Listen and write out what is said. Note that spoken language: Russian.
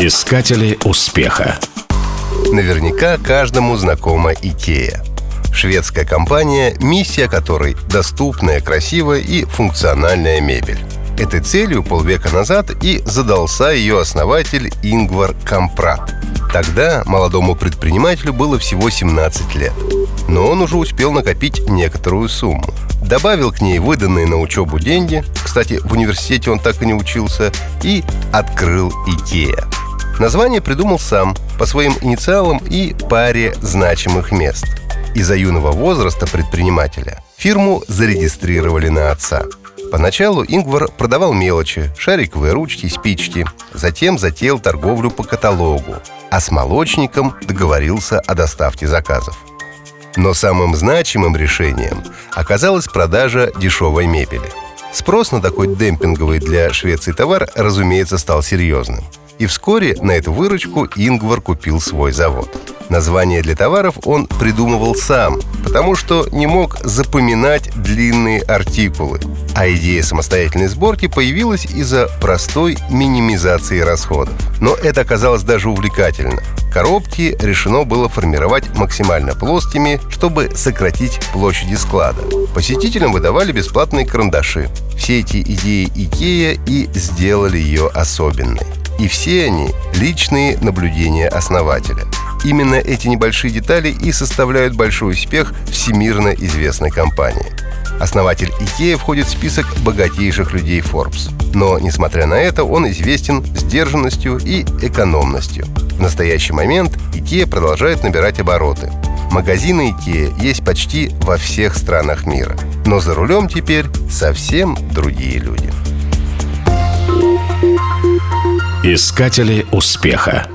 Искатели успеха. Наверняка каждому знакома IKEA. Шведская компания, миссия которой – доступная, красивая и функциональная мебель. Этой целью полвека назад и задался ее основатель Ингвар Кампрад. Тогда молодому предпринимателю было всего 17 лет. Но он уже успел накопить некоторую сумму. Добавил к ней выданные на учебу деньги, кстати, в университете он так и не учился, и открыл IKEA. Название придумал сам, по своим инициалам и паре значимых мест. Из-за юного возраста предпринимателя фирму зарегистрировали на отца. Поначалу Ингвар продавал мелочи, шариковые ручки, спички. Затем затеял торговлю по каталогу, а с молочником договорился о доставке заказов. Но самым значимым решением оказалась продажа дешевой мебели. Спрос на такой демпинговый для Швеции товар, разумеется, стал серьезным. И вскоре на эту выручку Ингвар купил свой завод. Название для товаров он придумывал сам, потому что не мог запоминать длинные артикулы. А идея самостоятельной сборки появилась из-за простой минимизации расходов. Но это оказалось даже увлекательно. Коробки решено было формировать максимально плоскими, чтобы сократить площади склада. Посетителям выдавали бесплатные карандаши. Все эти идеи IKEA и сделали ее особенной. И все они – личные наблюдения основателя. Именно эти небольшие детали и составляют большой успех всемирно известной компании. Основатель IKEA входит в список богатейших людей Forbes. Но, несмотря на это, он известен сдержанностью и экономностью. В настоящий момент IKEA продолжает набирать обороты. Магазины IKEA есть почти во всех странах мира. Но за рулем теперь совсем другие люди. Искатели успеха.